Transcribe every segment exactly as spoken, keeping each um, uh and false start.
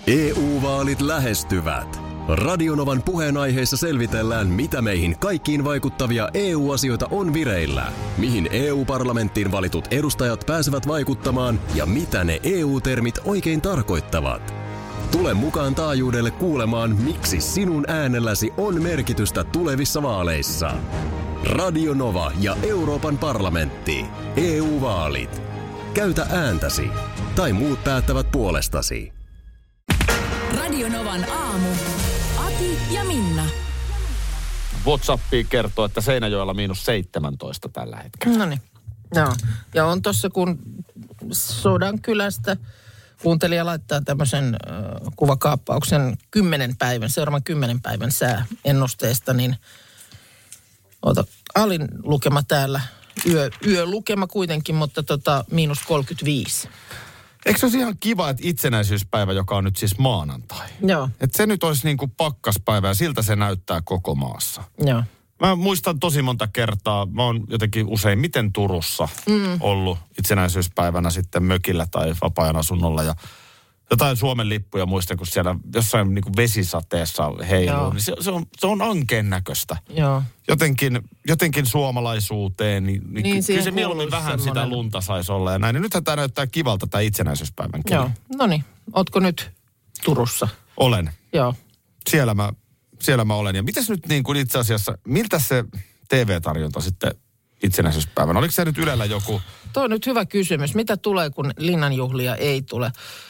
E U-vaalit lähestyvät. Radionovan puheenaiheessa selvitellään, mitä meihin kaikkiin vaikuttavia E U-asioita on vireillä, mihin E U-parlamenttiin valitut edustajat pääsevät vaikuttamaan ja mitä ne E U-termit oikein tarkoittavat. Tule mukaan taajuudelle kuulemaan, miksi sinun äänelläsi on merkitystä tulevissa vaaleissa. Radio Nova ja Euroopan parlamentti. E U-vaalit. Käytä ääntäsi. Tai muut päättävät puolestasi. Radio Novan aamu. Ati ja Minna. WhatsAppi kertoo, että Seinäjoella miinus seitsemäntoista tällä hetkellä. No niin. Joo. Ja on tuossa, kun Sodankylästä kuuntelija laittaa tämmöisen äh, kuvakaappauksen kymmenen päivän, seuraavan kymmenen päivän sääennusteesta, niin ota, alin lukema täällä, yö, yölukema kuitenkin, mutta tota, miinus kolmekymmentäviisi. Eikö se olisi ihan kiva, että itsenäisyyspäivä, joka on nyt siis maanantai? Joo. Että se nyt olisi niin kuin pakkaspäivä ja siltä se näyttää koko maassa. Joo. Mä muistan tosi monta kertaa, mä oon jotenkin useimmiten Turussa mm. ollut itsenäisyyspäivänä sitten mökillä tai vapaa-ajan asunnolla ja jotain Suomen lippuja muistan, kun siellä jossain niin kuin vesisateessa heiluu, niin se, se, on, se on ankeen näköistä. Joo. Jotenkin, jotenkin suomalaisuuteen, niin, niin, niin kyllä se mieluummin vähän semmoinen... sitä lunta saisi olla ja näin. Ja nythän tämä näyttää kivalta tämä itsenäisyyspäivän keli. Joo, no niin. Ootko nyt Turussa? Olen. Joo. Siellä mä, siellä mä olen. Ja mitäs nyt niin kuin itse asiassa, miltä se T V-tarjonta sitten itsenäisyyspäivänä? Oliko se nyt Ylellä joku? Tuo on nyt hyvä kysymys. Mitä tulee, kun linnanjuhlia ei tule?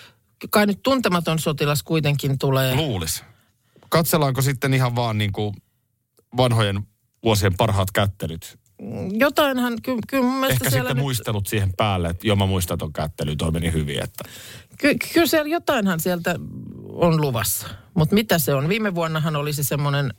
Kai nyt tuntematon sotilas kuitenkin tulee. Luulis. Katsellaanko sitten ihan vaan niin kuin vanhojen vuosien parhaat kättelyt? Jotainhan, ky- kyllä mun mielestä ehkä siellä sitten nyt... muistelut siihen päälle, että joo mä muistan ton kättelyyn, toi meni hyvin. Että... Ky- kyllä siellä jotainhan sieltä on luvassa. Mutta mitä se on? Viime vuonnahan oli se semmoinen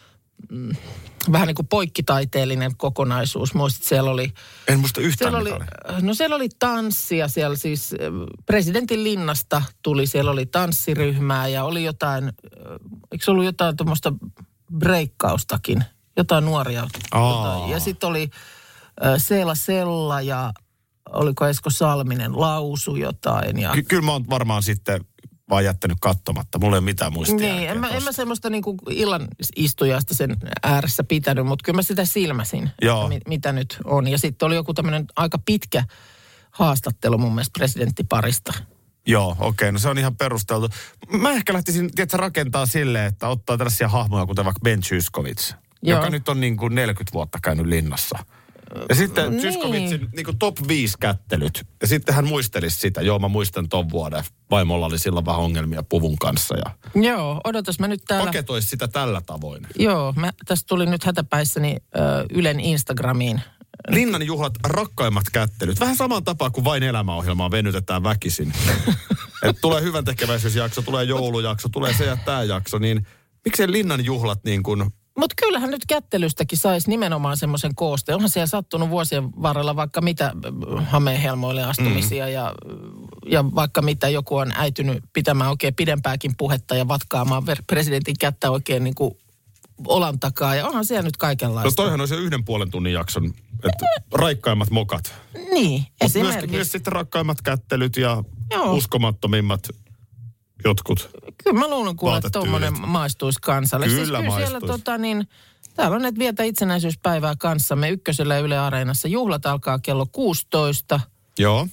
mm, vähän niin kuin poikkitaiteellinen kokonaisuus. Muistit, siellä oli... En muista yhtään oli, oli. No siellä oli tanssia, siellä siis presidentin linnasta tuli, siellä oli tanssiryhmää ja oli jotain, eikö se ollut jotain tuommoista breikkaustakin? Jotain nuoria. Jotain. Ja sitten oli äh, Seela Sella ja oliko Esko Salminen lausu jotain. Ja... Ky- kyllä mä oon varmaan sitten vaan jättänyt katsomatta. Mulla ei ole mitään muistia. Niin, en mä, en mä semmoista niinku illan istujasta sen ääressä pitänyt, mutta kyllä mä sitä silmäsin, että mit, mitä nyt on. Ja sitten oli joku tämmöinen aika pitkä haastattelu mun mielestä presidenttiparista. Joo, okei, okay, no se on ihan perusteltu. Mä ehkä lähtisin, tiedätkö, rakentaa silleen, että ottaa tällaisia hahmoja, kuten vaikka Ben Zyskowicz, Joo. joka nyt on niin kuin neljäkymmentä vuotta käynyt linnassa. Ja sitten niin. Zyskowiczin niin kuin top viisi kättelyt. Ja sitten hän muistelisi sitä. Joo, mä muistan ton vuoden. Vaimolla oli silloin vähän ongelmia puvun kanssa. Ja Joo, odotas mä nyt täällä. Paketoisi sitä tällä tavoin. Joo, mä tästä tuli nyt hätäpäissäni ö, Ylen Instagramiin. Linnan juhlat, rakkaimmat kättelyt. Vähän saman tapaa kuin Vain elämäohjelmaa venytetään väkisin. Että tulee hyvän tekeväisyysjakso, tulee joulujakso, tulee se ja tämä jakso. Niin miksei Linnan juhlat niin kuin... Mutta kyllähän nyt kättelystäkin saisi nimenomaan semmoisen koosteen. Onhan siellä sattunut vuosien varrella vaikka mitä hameenhelmoille astumisia mm. ja, ja vaikka mitä joku on äitynyt pitämään oikein pidempääkin puhetta ja vatkaamaan presidentin kättä oikein niin kuin olan takaa. Ja onhan siellä nyt kaikenlaista. No toihan on se yhden puolen tunnin jakson, että raikkaimmat mokat. Niin, esimerkiksi. Myös, myös sitten rakkaimmat kättelyt ja Joo. uskomattomimmat jotkut. Kyllä mä luulen kuule, että tuommoinen maistuisi kansalle. Kyllä, siis kyllä maistuisi. Siellä tota niin, täällä on että vietä itsenäisyyspäivää kanssamme Ykkösellä ja Yle Areenassa. Juhlat alkaa kello kuusitoista. Joo.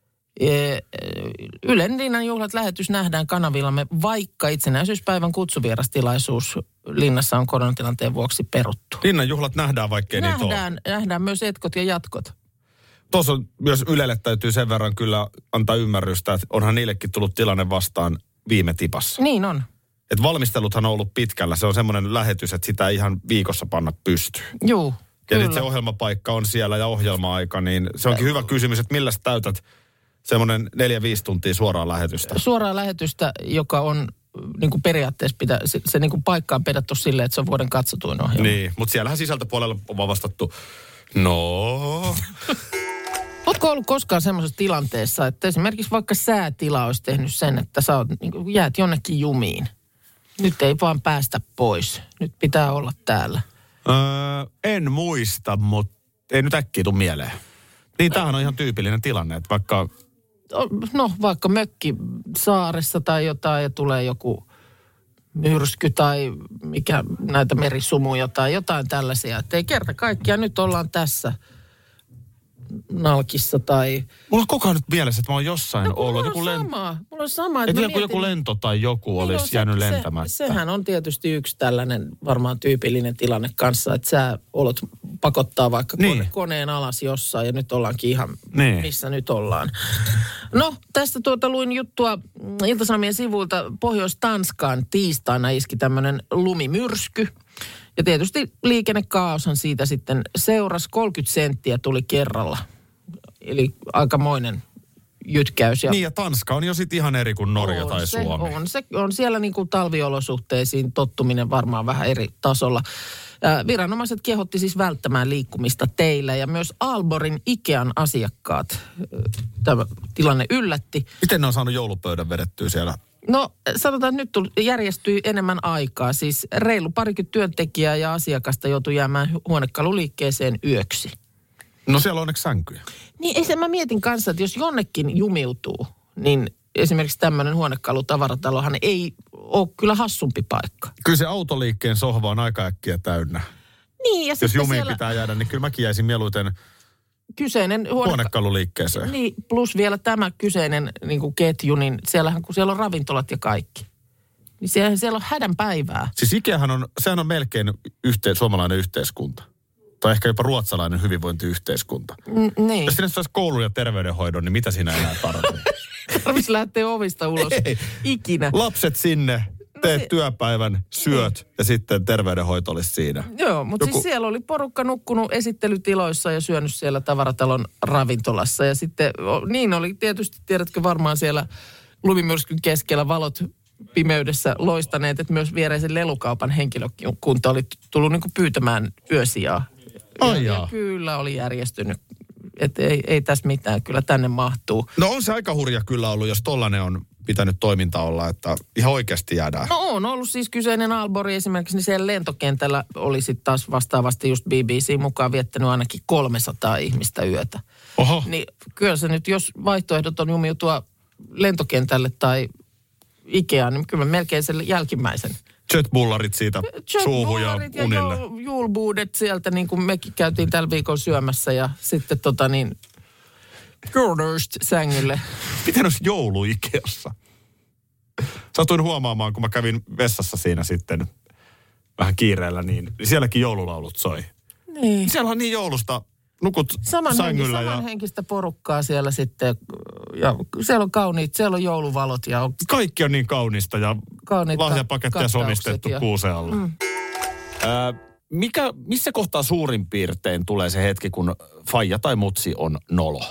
Ylen Linnan juhlat lähetys nähdään kanavillamme, vaikka itsenäisyyspäivän kutsuvierastilaisuus linnassa on koronatilanteen vuoksi peruttu. Linnan juhlat nähdään, vaikkei niitä ole. Nähdään, nähdään myös etkot ja jatkot. Tuossa on myös Ylelle täytyy sen verran kyllä antaa ymmärrystä, että onhan niillekin tullut tilanne vastaan viime tipassa. Niin on. Että valmisteluthan on ollut pitkällä. Se on semmoinen lähetys, että sitä ei ihan viikossa panna pystyyn. Juu, ja nyt se ohjelmapaikka on siellä ja ohjelma-aika, niin se onkin hyvä kysymys, että millä täytät semmoinen neljä viisi tuntia suoraa lähetystä? Suoraa lähetystä, joka on niin kuin periaatteessa pitää, se, se niin kuin paikka on pedattu silleen, että se on vuoden katsotuin ohjelma. Niin, mutta siellähän sisältöpuolella on vaan vastattu, no... Ootko ollut koskaan semmoisessa tilanteessa, että esimerkiksi vaikka säätila olisi tehnyt sen, että sä oot, niin kuin, jäät jonnekin jumiin? Nyt ei vaan päästä pois. Nyt pitää olla täällä. Öö, en muista, mutta ei nyt äkkiä tule mieleen. Niin, tämähän on ihan tyypillinen tilanne, että vaikka no vaikka mökki saaressa tai jotain ja tulee joku myrsky tai mikä näitä merisumuja tai jotain tällaisia. Että ei kerta kaikkiaan nyt ollaan tässä nalkissa tai... Mulla on koko ajan nyt mielessä, että mä oon jossain no, ollut. Mulla on len... sama. Mulla on sama. Että et mietin... joku lento tai joku olisi no, se, jäänyt se, lentämättä. Sehän on tietysti yksi tällainen varmaan tyypillinen tilanne kanssa, että sä olot pakottaa vaikka niin. kone, koneen alas jossain ja nyt ollaankin ihan niin. missä nyt ollaan. No, tästä tuota luin juttua Ilta-Sanomien sivuilta. Pohjois-Tanskaan tiistaina iski tämmöinen lumimyrsky. Ja tietysti liikennekaoshan siitä sitten seurasi. kolmekymmentä senttiä tuli kerralla. Eli aikamoinen jytkäys. Ja niin ja Tanska on jo sitten ihan eri kuin Norja on tai se, Suomi. On se, on siellä niin kuin talviolosuhteisiin tottuminen varmaan vähän eri tasolla. Äh, viranomaiset kehotti siis välttämään liikkumista teillä ja myös Aalborgin Ikean asiakkaat äh, tämä tilanne yllätti. Miten ne on saanut joulupöydän vedettyä siellä? No sanotaan, että nyt tuli, järjestyi enemmän aikaa. Siis reilu parikymmentä työntekijää ja asiakasta joutui jäämään huonekaluliikkeeseen yöksi. No siellä on onneksi sänkyjä. Niin ei se, mä mietin kanssa, että jos jonnekin jumiutuu, niin esimerkiksi tämmöinen huonekalutavaratalohan ei ole kyllä hassumpi paikka. Kyllä se autoliikkeen sohva on aika äkkiä täynnä. Niin ja jos jumiin siellä... pitää jäädä, niin kyllä mäkin jäisin mieluiten kyseinen huone... huonekaluliikkeeseen. Niin, plus vielä tämä kyseinen niin kuin ketju, niin siellähän kun siellä on ravintolat ja kaikki. Niin siellä, siellä on hädän päivää. Siis Ikeahan on, sehän on melkein yhteen, suomalainen yhteiskunta. Tai ehkä jopa ruotsalainen hyvinvointiyhteiskunta. N- niin. Jos sinne saisi koulun ja terveydenhoidon, niin mitä sinä enää tarvitsee? Tarvitsisi lähteä ovista ulos. Ei. Ikinä. Lapset sinne, teet no se... työpäivän, syöt niin. Ja sitten terveydenhoito olisi siinä. Joo, mutta Joku... siis siellä oli porukka nukkunut esittelytiloissa ja syönyt siellä tavaratalon ravintolassa. Ja sitten niin oli tietysti, tiedätkö varmaan siellä lumimyrskyn keskellä valot pimeydessä loistaneet, että myös viereisen lelukaupan henkilökunta oli tullut niin kuin pyytämään yösijaa. Ai ja, ja kyllä oli järjestynyt. Että ei, ei tässä mitään, kyllä tänne mahtuu. No on se aika hurja kyllä ollut, jos tollainen on pitänyt toiminta olla, että ihan oikeasti jäädään. No on ollut siis kyseinen Aalborg esimerkiksi, niin siellä lentokentällä oli sitten taas vastaavasti just B B C mukaan viettänyt ainakin kolmesataa ihmistä yötä. Oho. Niin kyllä se nyt, jos vaihtoehdot on jumiutua lentokentälle tai Ikeaan, niin kyllä melkein sen jälkimmäisen. Jetbullarit siitä Jet suuhun ja unille. Ja julbuudet sieltä, niin kuin mekin käytiin tällä viikolla syömässä ja sitten tota niin, Gurdurst sängylle. Miten olisi joulu Ikeassa? Satuin huomaamaan, kun mä kävin vessassa siinä sitten vähän kiireellä, niin sielläkin joululaulut soi. Niin. Siellä on niin joulusta, nukut saman sängyllä. Henki, ja... samanhenkistä porukkaa siellä sitten. Ja siellä on kauniit, siellä on jouluvalot ja on... Kaikki on niin kaunista ja kauniit lahjapaketteja ka- somistettu ja... kuuseen alla. Mm. Äh, mikä, missä kohtaa suurin piirtein tulee se hetki, kun faija tai mutsi on nolo?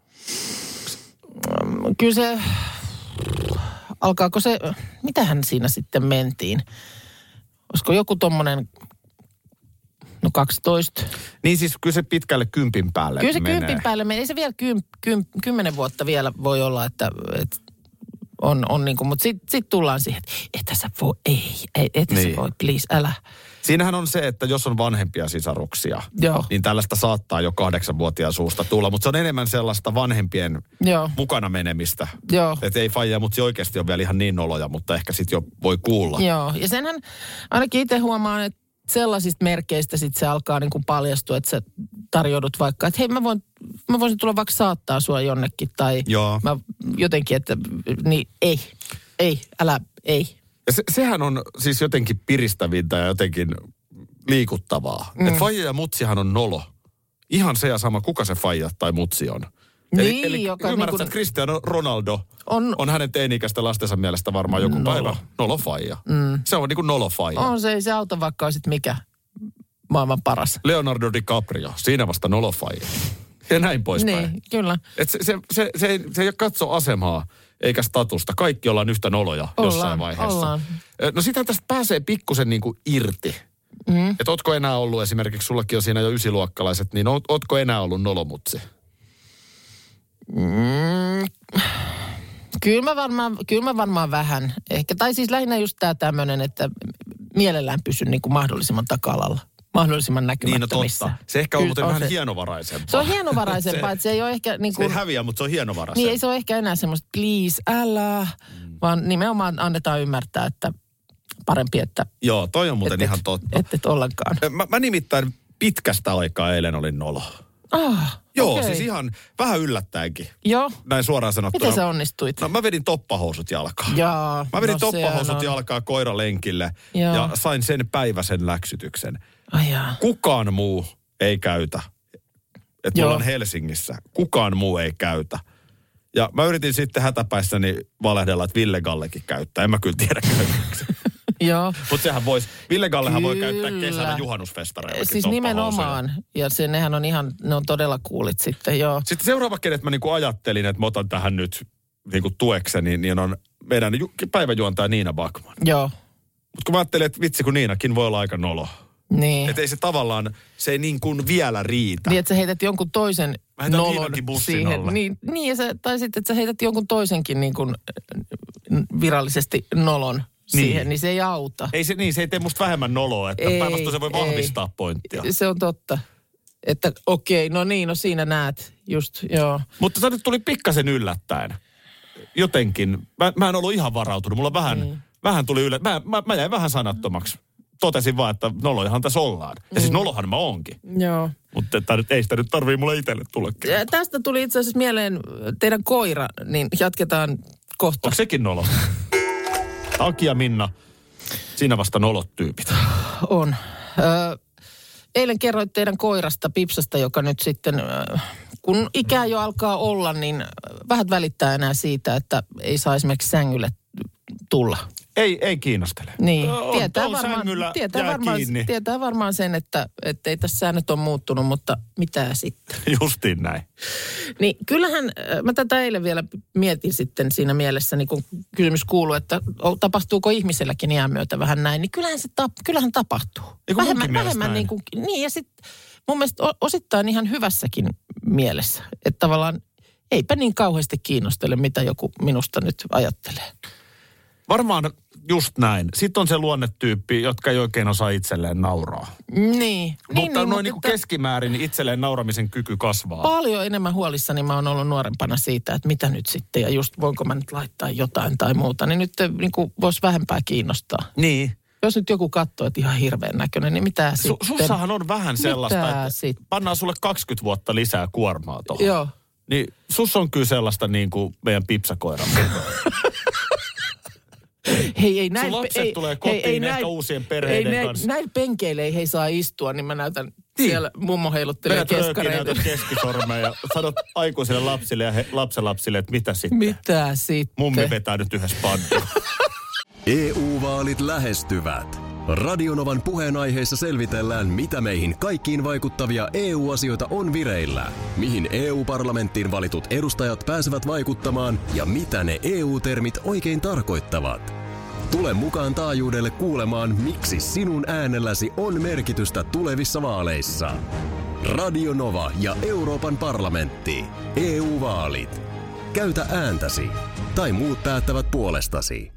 Kyllä se... Alkaako se... Mitähän siinä sitten mentiin? Olisiko joku tommonen... No kaksitoista. Niin siis kyllä se pitkälle kympin päälle Kyllä se menee. kympin päälle menee. Ei se vielä kym, kym, kymmenen vuotta vielä voi olla, että, että on, on niin kuin, mutta sitten sit tullaan siihen, että että sä voi, ei, ei että niin. sä voi, please, älä. Siinähän on se, että jos on vanhempia sisaruksia, Joo. niin tällaista saattaa jo kahdeksanvuotiaan suusta tulla, mutta se on enemmän sellaista vanhempien Joo. mukana menemistä. Joo. Että ei faija, mutta se oikeasti on vielä ihan niin noloja, mutta ehkä sitten jo voi kuulla. Joo, ja senhän ainakin itse huomaan, että sellaisista merkeistä sitten se alkaa niin kuin paljastua, että sä tarjoudut vaikka, että hei mä, voin, mä voisin tulla vaikka saattaa sua jonnekin tai Joo. mä jotenkin, että niin ei, ei, älä, ei. Ja se, sehän on siis jotenkin piristävintä ja jotenkin liikuttavaa. Mm. Että faija ja mutsihan on nolo. Ihan se ja sama, kuka se faija tai mutsi on. Niin, eli eli joka ymmärrät, niin kuin... että Cristiano Ronaldo on, on hänen teini-ikäisten lastensa mielestä varmaan joku nolo. päivä nolofaija. Mm. Se on niin kuin nolofaija. On se, ei se auta vaikka olisit mikä maailman paras. Leonardo DiCaprio, siinä vasta nolofaija. Ja näin poispäin. Niin, kyllä. Et se, se, se, se, ei, se ei katso asemaa eikä statusta. Kaikki ollaan yhtä noloja ollaan, jossain vaiheessa. Ollaan. No sitä tästä pääsee pikkusen niin kuin irti. Mm. Että ootko enää ollut esimerkiksi, sullakin on siinä jo ysiluokkalaiset, niin oot, ootko enää ollut nolomutsi? Mm, kyllä, mä varmaan, kyllä mä varmaan vähän. Ehkä, tai siis lähinnä just tää tämmönen, että mielellään pysyn niin kuin mahdollisimman taka-alalla. mahdollisimman näkymättä Niin, no missään. totta. Se ehkä on Kyllä muuten on vähän se. hienovaraisempaa. Se on hienovaraisempaa, että se ei ole ehkä niin kuin... Se ei häviä, mutta se on hienovaraisempaa. Niin ei se ole ehkä enää semmoista please, älä, mm. vaan nimenomaan annetaan ymmärtää, että parempi, että... Joo, toi on muuten et, ihan totta. Että et ollenkaan. Mä, mä nimittäin pitkästä aikaa eilen olin nolo. Ah, Joo, okay. siis ihan vähän yllättäenkin. Joo. Näin suoraan sanottuna. Miten sä onnistuit? No mä vedin toppahousut jalkaan. Jaa, Mä vedin no toppahousut on... jalkaan koiralenkille Joo. ja sain sen päiväisen läksytyksen. Ai jaa. Kukaan muu ei käytä. Että Joo. ollaan Helsingissä. Kukaan muu ei käytä. Ja mä yritin sitten hätäpäissäni valehdella, että Ville Gallekin käyttää. En mä kyllä tiedä käyttääkö. Joo. Mutta sehän voisi, Ville Gallehan voi Kyllä. käyttää kesällä juhannusfestareillakin Siis toppahousuja. nimenomaan. Ja se, nehän on ihan, ne on todella kuulit sitten, joo. Sitten seuraava, kenet mä niinku ajattelin, että mä otan tähän nyt niinku tuekseni, niin on meidän ju- päiväjuontaja Niina Backman. Joo. Mutta kun mä ajattelin, että vitsi kun Niinakin voi olla aika nolo. Niin. Että ei se tavallaan, se ei niin kuin vielä riitä. Niin, että sä heität jonkun toisen Mä heitän nolon Niinakin bussin siihen. alle. Niin, niin ja sä, tai sitten, että sä heität jonkun toisenkin niin kuin virallisesti nolon siihen, niin, niin se ei auta. Ei se, niin, se ei tee musta vähemmän noloa, että Ei, päinvastoin se voi ei. vahvistaa pointtia. Se on totta. Että okei, no niin, no siinä näet just, joo. Mutta se nyt tuli pikkasen yllättäen. Jotenkin. Mä, mä en ollut ihan varautunut. Mulla vähän, Niin. vähän tuli yllättäen. Mä, mä, mä jäin vähän sanattomaksi. Totesin vaan, että nolojahan tässä ollaan. Ja Mm. siis nolohan mä oonkin. Joo. Mutta että nyt, ei sitä nyt tarvii mulle itselle tulla Ja kertaa. tästä tuli itse asiassa mieleen teidän koira, niin jatketaan kohta. Onko sekin nolo? Aki ja Minna, siinä vasta nolot tyypit. On. Ö, eilen kerroit teidän koirasta Pipsasta, joka nyt sitten, ö, kun ikää jo alkaa olla, niin vähän välittää enää siitä, että ei saa esimerkiksi sängylle tulla. Ei, ei kiinnostele. Niin, On- tietää, on varmaan, sängyllä, tietää, jää varmaan, kiinni. tietää varmaan sen, että, että ei tässä säännöt ole muuttunut, mutta mitä sitten? Justiin näin. Niin kyllähän, äh, mä tätä eilen vielä mietin sitten siinä mielessä, niin kun kysymys kuuluu, että o- tapahtuuko ihmiselläkin iän myötä vähän näin, niin kyllähän se tap, kyllähän tapahtuu. Eikö munkin Vähemmän, mielestä vähemmän näin? niin kuin, niin ja sitten mun mielestä o- osittain ihan hyvässäkin mielessä, että tavallaan eipä niin kauheasti kiinnostele, mitä joku minusta nyt ajattelee. Varmaan just näin. Sitten on se luonnetyyppi, jotka ei oikein osaa itselleen nauraa. Niin. niin Mutta niin, noin niin kuin että- keskimäärin niin itselleen nauramisen kyky kasvaa. Paljon enemmän huolissani mä oon ollut nuorempana siitä, että mitä nyt sitten ja just voinko mä nyt laittaa jotain tai muuta. Niin nyt niin kuin voisi vähempää kiinnostaa. Niin. Jos nyt joku katsoo, että ihan hirveän näköinen, niin mitä Su- sitten? sussahan on vähän sellaista, Mitä että sitten? pannaan sulle kaksikymmentä vuotta lisää kuormaa tuohon. Joo. Niin sus on kyllä sellaista niin kuin meidän pipsakoiran. Hei, ei näin... Sun lapset ei, tulee kotiin hei, ei, ehkä näin, uusien perheiden ei, näin, kanssa. Näin penkeille ei hei saa istua, niin mä näytän Niin. siellä mummo heiluttelee Menet röökiin, keskareita. näytät keskisormea ja sanot aikuisille lapsille ja he, lapsenlapsille, että mitä sitten. Mitä sitten? Mummi vetää nyt yhdessä pannuun. E U-vaalit lähestyvät. Radionovan puheenaiheessa selvitellään, mitä meihin kaikkiin vaikuttavia E U-asioita on vireillä, mihin E U-parlamenttiin valitut edustajat pääsevät vaikuttamaan ja mitä ne E U-termit oikein tarkoittavat. Tule mukaan taajuudelle kuulemaan, miksi sinun äänelläsi on merkitystä tulevissa vaaleissa. Radio Nova ja Euroopan parlamentti. E U-vaalit. Käytä ääntäsi. Tai muut päättävät puolestasi.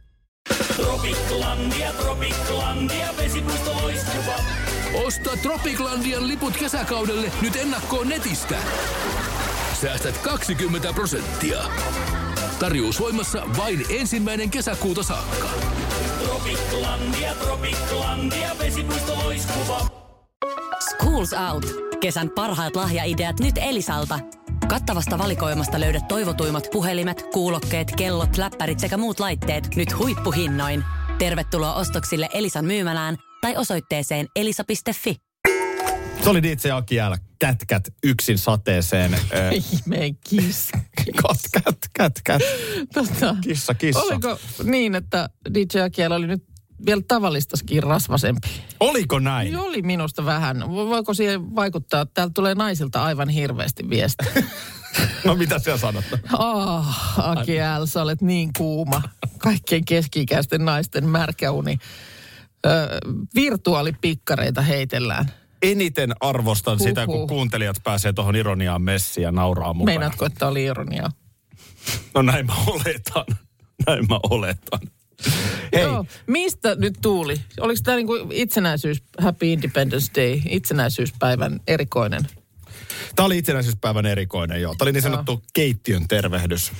Tropiklandia, Tropiklandia, vesipuisto loistuva. Osta Tropiklandian liput kesäkaudelle nyt ennakkoon netistä. Säästät kaksikymmentä prosenttia. Tarjous voimassa vain ensimmäinen kesäkuuta saakka. Tropiklandia, Tropiklandia, vesipuisto loistuva. Schools Out. Kesän parhaat lahjaideat nyt Elisalta. Kattavasta valikoimasta löydät toivotuimmat puhelimet, kuulokkeet, kellot, läppärit sekä muut laitteet nyt huippuhinnoin. Tervetuloa ostoksille Elisan myymälään tai osoitteeseen elisa piste fi. Se oli D J Aki Jäällä. Kätkät yksin sateeseen. Ihmeen kissa. Kat, kät, kät, kät. Tota, Kissa, kissa. Oliko niin, että D J Akialla oli nyt vielä tavallistakin rasvasempi? Oliko näin? Niin oli minusta vähän. Vo- Voiko siihen vaikuttaa? Täältä tulee naisilta aivan hirveästi viestiä. No mitä siellä sanot? Ah, Aki L, sä olet niin kuuma. Kaikkien keski-ikäisten naisten märkäuni. Ö, virtuaalipikkareita heitellään. Eniten arvostan Huhhuh. sitä, kun kuuntelijat pääsee tuohon ironiaan messiin ja nauraa mukana. Meinaatko, että oli ironiaa? No näin mä oletan. Näin mä oletan. Hei. Joo, mistä nyt tuuli? Oliko tämä niinku itsenäisyys, Happy Independence Day, itsenäisyyspäivän erikoinen? Tämä oli itsenäisyyspäivän erikoinen, joo. Tämä oli niin sanottu joo. keittiön tervehdys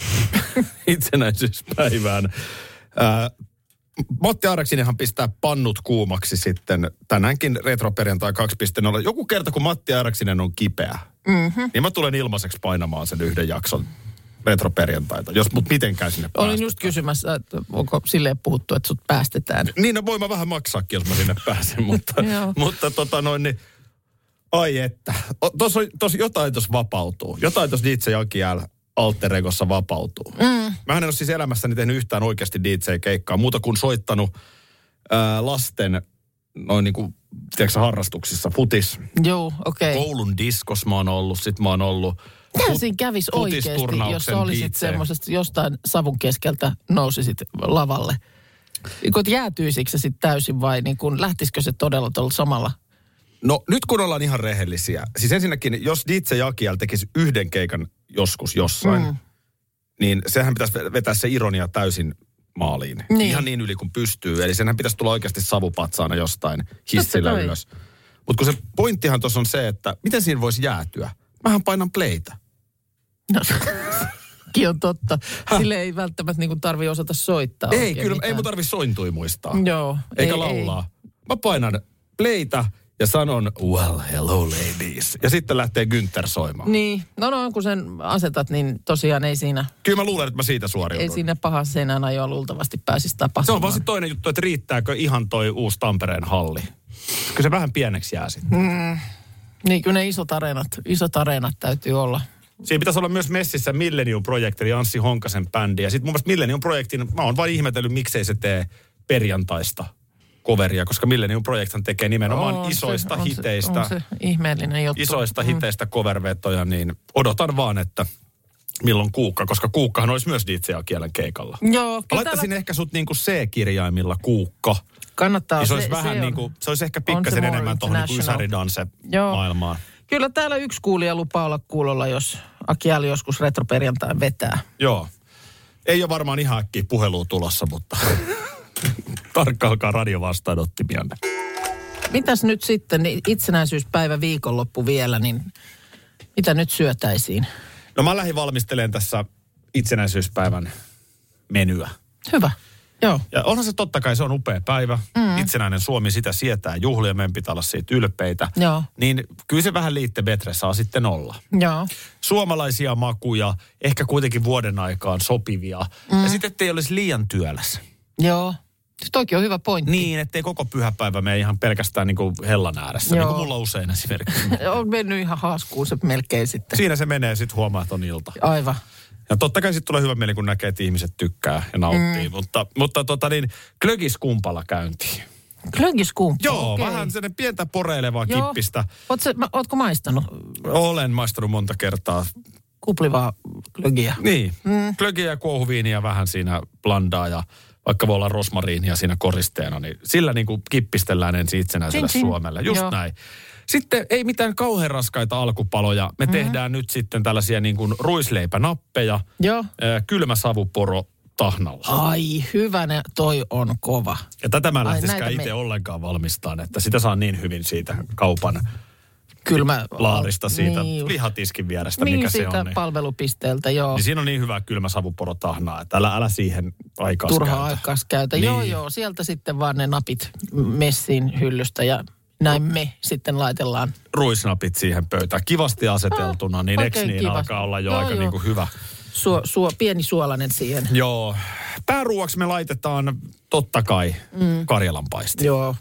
itsenäisyyspäivään. Äh, Matti Araksinenhan pistää pannut kuumaksi sitten tänäänkin Retroperjantai kaksi piste nolla. Joku kerta, kun Matti Araksinen on kipeä, mm-hmm. niin mä tulen ilmaiseksi painamaan sen yhden jakson Retroperjantaita, jos mut mitenkään sinne päästetään. Olin just kysymässä, että onko silleen puhuttu, että sut päästetään. Niin, no voin mä vähän maksaakin, jos mä sinne pääsen, mutta, mutta tota noin, niin ai että. Tuossa jotain tuossa vapautuu. Jotain tuossa D J Jaki L alter egossa vapautuu. Mm. Mä en ole siis elämässäni tehnyt yhtään oikeasti D J-keikkaa, muuta kuin soittanut ää, lasten noin niin kuin, tiedätkö harrastuksissa, futis. Joo, okei. Okay. Koulun diskos mä oon ollut, sit mä oon ollut Mitä siinä kävisi oikeasti, jos olisit semmoisesta jostain savun keskeltä nousisit lavalle? Kun jäätyisikö se sitten täysin vai niin kun lähtisikö se todella tuolla samalla? No nyt kun ollaan ihan rehellisiä. Siis ensinnäkin, jos D J Jaki L tekisi yhden keikan joskus jossain, mm. niin sehän pitäisi vetää se ironia täysin maaliin. Niin. Ihan niin yli kuin pystyy. Eli senhän pitäisi tulla oikeasti savupatsaana jostain hissillä ylös. Mutta kun se pointtihan tuossa on se, että miten siinä voisi jäätyä? Mähän painan playtä. No, sekin on totta. Sille ei välttämättä niin tarvitse osata soittaa. Ei, kyllä, mitään. Ei mun tarvitse sointui muistaa. Joo. Eikä ei, laulaa. Ei. Mä painan playtä ja sanon, well, hello ladies. Ja sitten lähtee Günther soimaan. Niin. No no, kun sen asetat, niin tosiaan ei siinä... Kyllä mä luulen, että mä siitä suoriudun. Ei siinä pahan seinään ajoa luultavasti pääsisi tapahtumaan. Se on vaan sitten toinen juttu, että riittääkö ihan toi uusi Tampereen halli. Kyllä se vähän pieneksi jää sitten. Mm. Niin, kyllä ne isot areenat, isot areenat täytyy olla. Siinä pitäisi olla myös messissä Millennium-projekti, eli Anssi Honkasen bändi. Ja sitten mun mielestä Millennium-projektin, mä oon vain ihmetellyt, miksei se tee perjantaista coveria, koska Millennium-projekthan tekee nimenomaan on isoista se, hiteistä. On se, on se ihmeellinen juttu. Isoista mm. hiteistä covervetoja, niin odotan vaan, että milloin Kuukka, koska Kuukkahan olisi myös D J Jaki L:n keikalla. Joo. Laittaisin täällä... ehkä sut niinku C-kirjaimilla Kuukka. Kannattaa. Se olisi se, vähän se niin kuin, se olisi ehkä pikkasen enemmän tuohon niin Ysäri-danse-maailmaan. Kyllä täällä yksi kuulija lupaa olla kuulolla, jos Aki L joskus retroperjantain vetää. Joo. Ei ole varmaan ihan äkkiä puhelua tulossa, mutta tarkkailkaa radiovastaanottimianne. Mitäs nyt sitten, itsenäisyyspäivä viikonloppu vielä, niin mitä nyt syötäisiin? No mä lähdin valmistelemaan tässä itsenäisyyspäivän menyä. Hyvä. Joo. Ja onhan se totta kai, se on upea päivä. Mm. Itsenäinen Suomi sitä sietää juhlia, meidän pitää olla siitä ylpeitä. Joo. Niin kyllä se vähän liitte betre saa sitten olla. Joo. Suomalaisia makuja, ehkä kuitenkin vuoden aikaan sopivia. Mm. Ja sitten ettei olisi liian työläs. Joo. Toikin on hyvä pointti. Niin, ettei koko pyhäpäivä mene ihan pelkästään niin kuin hellan ääressä, Joo. niin kuin mulla usein esimerkiksi. On mennyt ihan haaskuun se melkein sitten. Siinä se menee, sitten huomaa, että on ilta. Aivan. Ja totta kai sitten tulee hyvä mieli, kun näkee, että ihmiset tykkää ja nauttii. Mm. Mutta, mutta tota niin, glögiskumpalla käyntiin. Glögiskumpa? Joo, okay. Vähän sellainen pientä poreilevaa Joo. kippistä. Ootko, ootko maistanut? Olen maistanut monta kertaa. Kuplivaa glögiä. Niin, mm. glögiä ja kuohuviiniä vähän siinä blandaa ja vaikka voi olla rosmariinia siinä koristeena, niin sillä niin kuin kippistellään ensin itsenäiselle Chin, Suomelle. Just Joo. näin. Sitten ei mitään kauhean raskaita alkupaloja. Me mm-hmm. tehdään nyt sitten tällaisia niin kuin ruisleipänappeja. Joo. Kylmä savuporo tahnalla. Ai hyvänä, toi on kova. Ja tätä mä lähtisikään itse me... ollenkaan valmistamaan, että sitä saa niin hyvin siitä kaupan kylmä laarista siitä niin, lihatiskin vierestä, niin, mikä se on. Niin, palvelupisteeltä, joo. Niin siinä on niin hyvä kylmä savuporo tahnaa, että älä, älä siihen aikaa Turha aikaa käytä. Niin. Joo, joo, sieltä sitten vaan ne napit messiin hyllystä ja näin me sitten laitellaan. Ruisnapit siihen pöytään. Kivasti aseteltuna, ah, niin eks niin kivasti. Alkaa olla jo joo, aika joo. Niin kuin hyvä. Suo, suo, pieni suolainen siihen. Joo. Pääruuaksi me laitetaan totta kai mm. karjalanpaisti. Joo.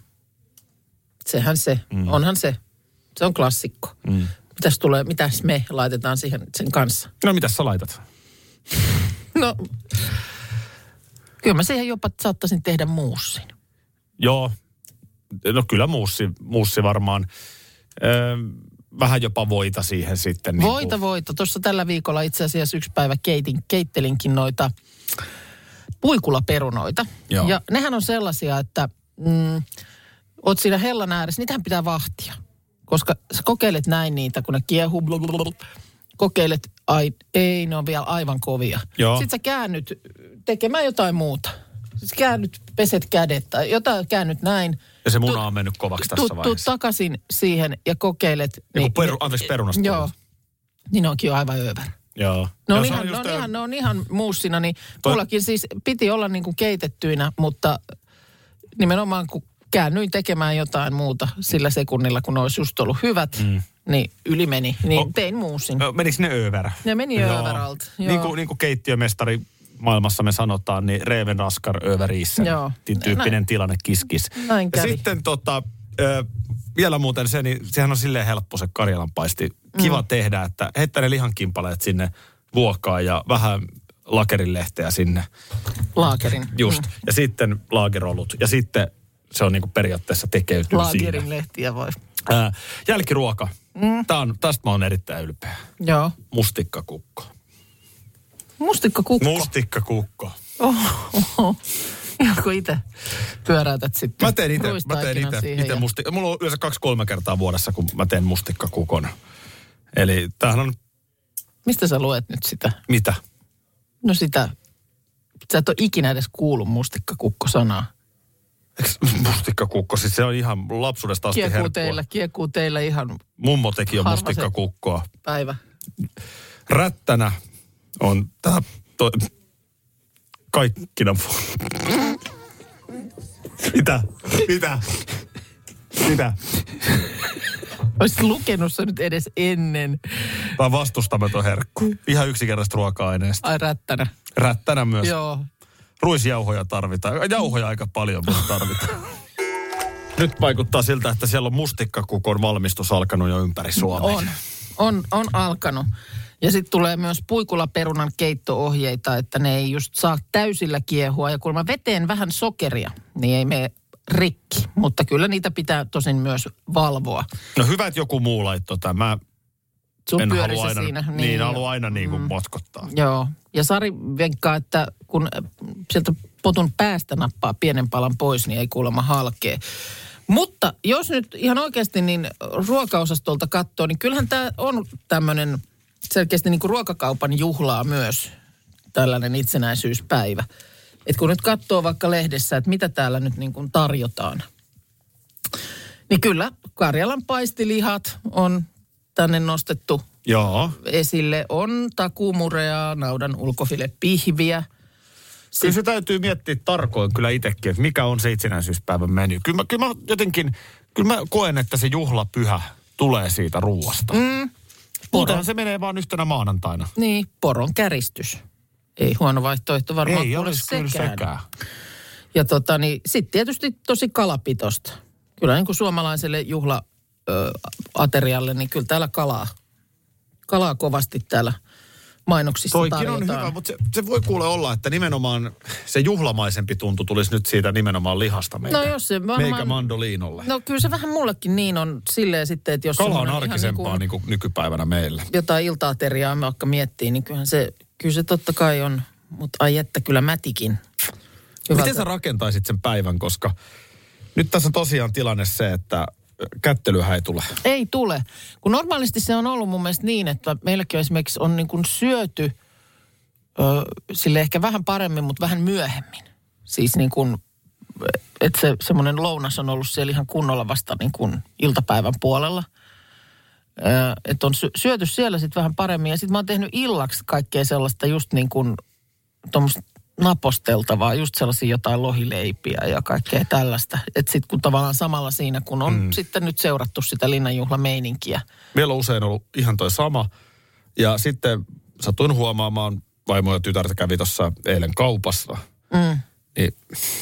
Sehän se, mm. onhan se. Se on klassikko. Mm. Mitäs tulee, mitäs me laitetaan siihen sen kanssa? No mitäs sä laitat? No, kyllä mä siihen jopa saattaisin tehdä muussin. Joo. No kyllä muussi, muussi varmaan. Öö, vähän jopa voita siihen sitten. Niin voita, kuin... voita. Tuossa tällä viikolla itse asiassa yksi päivä keitin, keittelinkin noita puikulaperunoita. Joo. Ja nehän on sellaisia, että mm, oot siinä hellan ääressä, niitähän pitää vahtia. Koska sä kokeilet näin niitä, kun ne kiehuu, blablabla, kokeilet, ai ei, ne on vielä aivan kovia. Joo. Sitten sä käännyt tekemään jotain muuta. Siis käännyt, peset kädet tai jotain käännyt näin. Ja se muna on mennyt kovaksi tässä tu, vaiheessa. Tuu takaisin siihen ja kokeilet. Niin, niin, peru, anteeksi, perunasta. Joo. Niin onkin jo aivan över. Joo. Ne on, on ihan, ne, on tää... ihan, ne on ihan muussina, niin Toi... mullakin siis piti olla niin kuin keitettyinä, mutta nimenomaan kun käännyin tekemään jotain muuta sillä sekunnilla, kun olisi just ollut hyvät, mm. niin yli meni, niin oh. tein muussin. Menikö ne över? Ne meni över alta. Niin kuin, niin kuin keittiömestari maailmassa me sanotaan, niin Reven Raskar överissä. Joo. Tyyppinen Näin. tilanne kiskis. Näin kävi. Ja sitten tota, ö, vielä muuten se, niin sehän on silleen helppo se karjalanpaisti. Kiva mm. tehdä, että heittää ne lihankimpaleet sinne vuokaan ja vähän lakerinlehteä sinne. Laakerin. Just. Mm. Ja sitten laagerollut. Ja sitten se on niinku periaatteessa tekeytyy Laakerin siinä. lehtiä voi. Ää, jälkiruoka. Mm. Tää on, tästä mä oon erittäin ylpeä. Joo. Mustikkakukko. Mustikkakukko? Mustikkakukko. Oh, oh. Ihan kun itse pyöräytät sitten. Mä teen itse, mä teen itse, itse musti, mulla on yleensä kaksi-kolme kertaa vuodessa, kun mä teen mustikkakukon. Eli tämähän on... Mistä sä luet nyt sitä? Mitä? No sitä, sä et ole ikinä edes kuullut mustikkakukko-sanaa. Eikö mustikkakukko, siis se on ihan lapsuudesta asti kiekuu herkkua. Teillä, kiekuu teillä ihan... Mummo teki jo mustikkakukkoa. Päivä. Rättänä on tää... To, kaikkina... Mitä? Mitä? Mitä? Olisit lukenut se nyt edes ennen. Tämä vastustamaton herkku. Ihan yksinkertaista ruoka-aineesta. Ai rättänä. Rättänä myös. Joo. Ruisjauhoja tarvitaan. Jauhoja aika paljon myös tarvitaan. Nyt vaikuttaa siltä, että siellä on mustikkakukon valmistus alkanut jo ympäri Suomea. On. On, on alkanut. Ja sitten tulee myös puikulaperunan keitto-ohjeita, että ne ei just saa täysillä kiehua. Ja kun mä veteen vähän sokeria, niin ei mene rikki. Mutta kyllä niitä pitää tosin myös valvoa. No hyvä, että joku muu laittoi tämän. Mä Sun en halua aina, siinä. Niin, niin halua aina niin kuin mm. motkottaa. Joo. Ja Sari venkkaa, että kun sieltä potun päästä nappaa pienen palan pois, niin ei kuulemma halkee. Mutta jos nyt ihan oikeasti niin ruokaosastolta katsoo, niin kyllähän tämä on tämmöinen selkeästi niin kuin ruokakaupan juhlaa myös tällainen itsenäisyyspäivä. Et kun nyt katsoo vaikka lehdessä, että mitä täällä nyt niin kuin tarjotaan, niin kyllä Karjalan paistilihat on tänne nostettu Joo. esille. On takuumureaa, naudan ulkofilepihviä. Kyllä se täytyy miettiä tarkoin kyllä itsekin, että mikä on se itsenäisyyspäivän menu. Kyllä mä, kyllä mä jotenkin, kyllä mä koen, että se juhlapyhä tulee siitä ruuasta. Mm. Muutenhan se menee vaan yhtenä maanantaina. Niin, poron käristys. Ei huono vaihtoehto varmaan Ei kuule olisi kyllä sekään. Ja tota niin, sitten tietysti tosi kalapitosta. Kyllä niin kuin suomalaiselle juhla-aterialle, niin kyllä täällä kalaa. Kalaa kovasti täällä mainoksissa Toikin tarjotaan. on hyvä, mutta se, se voi kuule olla, että nimenomaan se juhlamaisempi tuntu tulisi nyt siitä nimenomaan lihasta meikä. No jos se varmaan... Meikä mandoliinolle. No kyllä se vähän mullekin niin on silleen sitten, että jos... Kala on arkisempaa niin kuin nykypäivänä meillä. Jotain ilta-ateriaa vaikka miettii, niin kyllähän se, kyllä se totta kai on. Mutta ai että kyllä mätikin. Hyvältä. Miten sä rakentaisit sen päivän, koska nyt tässä on tosiaan tilanne se, että kättelyhän ei tule. Ei tule. Kun normaalisti se on ollut mun mielestä niin, että meilläkin esimerkiksi on niin kuin syöty ö, sille ehkä vähän paremmin, mutta vähän myöhemmin. Siis niin kuin, että se semmoinen lounas on ollut siellä ihan kunnolla vasta niin kuin iltapäivän puolella. Ö, että on sy- syöty siellä sitten vähän paremmin. Ja sitten mä oon tehnyt illaksi kaikkea sellaista just niin kuin tuommoista naposteltavaa, just sellaisia jotain lohileipiä ja kaikkea tällaista. Että sitten kun tavallaan samalla siinä, kun on mm. sitten nyt seurattu sitä linnanjuhlameininkiä. Meillä on usein ollut ihan toi sama. Ja sitten satuin huomaamaan, vaimo ja tytärtä kävi tuossa eilen kaupassa. Mm. Niin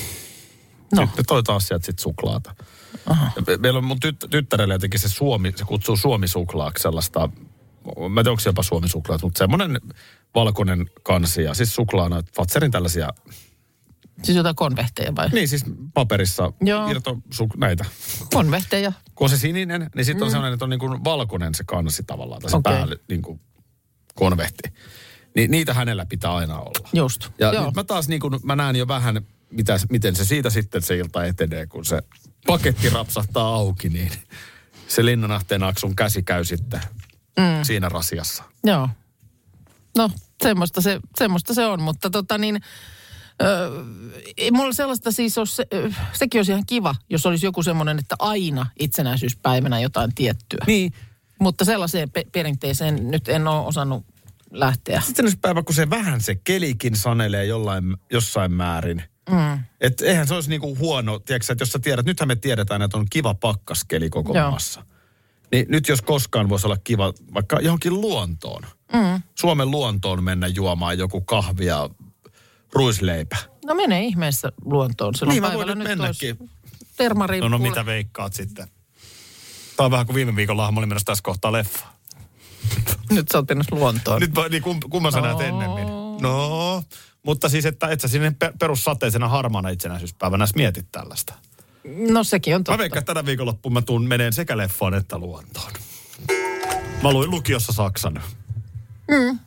no. sitten toi taas sieltä sit suklaata. Aha. Meillä on mun tyt- tyttärelle jotenkin se Suomi, se kutsuu Suomi-suklaaksi sellaista, mä en tiedä onko se jopa Suomi-suklaat, mutta semmoinen valkoinen kansi ja siis suklaana, Fatserin tällaisia. Siis jotain konvehteja vai? Niin siis paperissa irto su- näitä. Konvehteja. Kun on se sininen, niin sitten on mm. sellainen, että on niin kuin valkoinen se kansi tavallaan, tai se okay. päälle niin kuin konvehti. Niin niitä hänellä pitää aina olla. Just. Ja Joo. nyt mä taas niin kuin, mä näen jo vähän, mitä, miten se siitä sitten se ilta etenee, kun se paketti rapsahtaa auki, niin se Linnanahteen Aksun käsi käy sitten mm. siinä rasiassa. Joo. No, semmoista se, semmoista se on, mutta tota niin, Öö, ei mulla sellaista siis ole, se, sekin olisi ihan kiva, jos olisi joku semmoinen, että aina itsenäisyyspäivänä jotain tiettyä. Niin. Mutta sellaiseen pe- perinteeseen nyt en ole osannut lähteä. Itsenäisyyspäivä, kun se vähän se kelikin sanelee jollain, jossain määrin. Mm. Että eihän se olisi niinku huono, tiedätkö, että jos sä tiedät, nythän me tiedetään, että on kiva pakkaskeli koko Joo. maassa. Niin nyt jos koskaan voisi olla kiva vaikka johonkin luontoon. Mm. Suomen luontoon mennä juomaan joku kahvi ja ruisleipä. No mene ihmeessä luontoon. Silloin niin mä voin nyt mennäkin. Termari. No, no mitä veikkaat sitten? Tämä on vähän kuin viime viikolla, mä olin menossa tässä kohtaa leffa. Nyt sä oot ennäs luontoon. Nyt niin kum, kumman sä no. näet ennemmin? No, mutta siis, että et sä sinne perussateisena harmaana itsenäisyyspäivänä mietit tällaista. No sekin on totta. Mä veikkaan, että tänä viikonloppuun mä tuun meneen sekä leffaan että luontoon. Mä luin lukiossa saksan. Mm.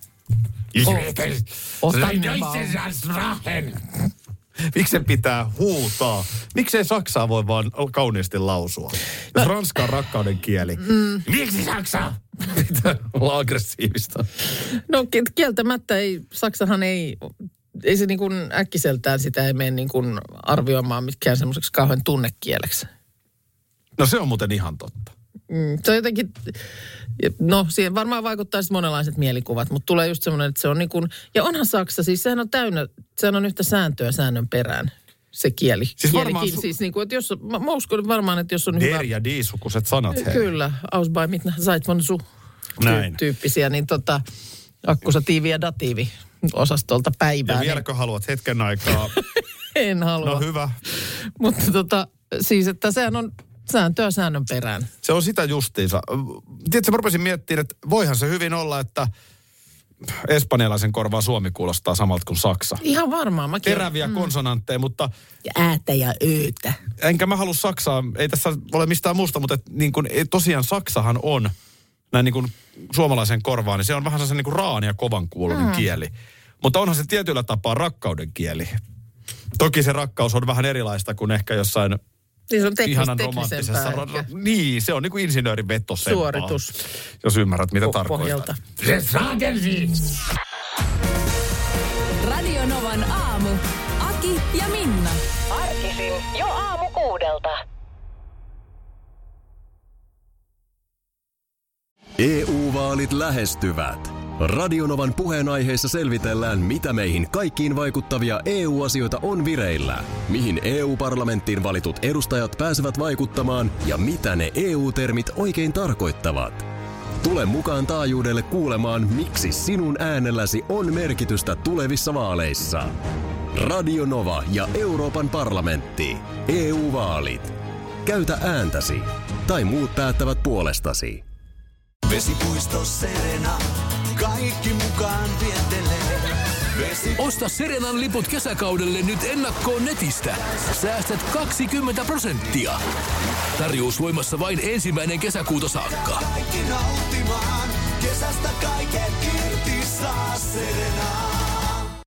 Miksi sen pitää huutaa? Miksei saksaa voi vaan kauniisti lausua? No. Ranska on rakkauden kieli. Mm. Miksi saksaa? Pitää olla aggressiivista. No kieltämättä ei, saksahan ei, ei se niin kuin äkkiseltään sitä ei mene niin kuin arvioimaan mitkään semmoiseksi kauhean tunnekieleksi. No se on muuten ihan totta. Mm, se on jotenkin, no siihen varmaan vaikuttaa sitten monenlaiset mielikuvat, mutta tulee just semmoinen, että se on niin kuin, ja onhan Saksa, siis sehän on täynnä, sehän on yhtä sääntöä säännön perään, se kieli. Siis varmaan su- siis niin kuin, että jos, mä, mä uskon varmaan, että jos on Der hyvä. Der ja die sukuiset sanat. Hei. Kyllä, ausbei mit seit von su Näin. tyyppisiä, niin tota, akkusatiivi ja datiivi osastolta päivää. Ja vieläkö niin haluat hetken aikaa? En halua. No hyvä. Mutta tota, siis, että sehän on sääntöä säännön perään. Se on sitä justiinsa. Tiedätkö, mä rupesin miettimään, että voihan se hyvin olla, että espanjalaisen korvaan suomi kuulostaa samalta kuin saksa. Ihan varmaan. Mäkin teräviä mm. konsonantteja, mutta ja äätä ja öötä. Enkä mä halua saksaa, ei tässä ole mistään muusta, mutta et, niin kun, tosiaan saksahan on näin niin kuin suomalaisen korvaan, niin se on vähän sellaisen niin kuin raan ja kovan kuuloinen mm. kieli. Mutta onhan se tietyllä tapaa rakkauden kieli. Toki se rakkaus on vähän erilaista kuin ehkä jossain niin se on ihanan romanttisessa. Ra- niin, se on niin kuin insinöörin vetosempaa. Suoritus. Jos ymmärrät, mitä tarkoittaa. Radio Novan aamu. Aki ja Minna. Arkisin jo aamu kuudelta. E U-vaalit lähestyvät. Radionovan puheenaiheessa selvitellään, mitä meihin kaikkiin vaikuttavia E U-asioita on vireillä, mihin E U-parlamenttiin valitut edustajat pääsevät vaikuttamaan ja mitä ne E U-termit oikein tarkoittavat. Tule mukaan taajuudelle kuulemaan, miksi sinun äänelläsi on merkitystä tulevissa vaaleissa. Radio Nova ja Euroopan parlamentti. E U-vaalit. Käytä ääntäsi. Tai muut päättävät puolestasi. Vesipuisto Serena. Kaikki mukaan viettelee. Vesi... Osta Serenan liput kesäkaudelle nyt ennakkoon netistä. Säästät kaksikymmentä prosenttia. Tarjous voimassa vain ensimmäinen kesäkuuta saakka. Kaikki nauttimaan. Kesästä kaiken irti saa Serena.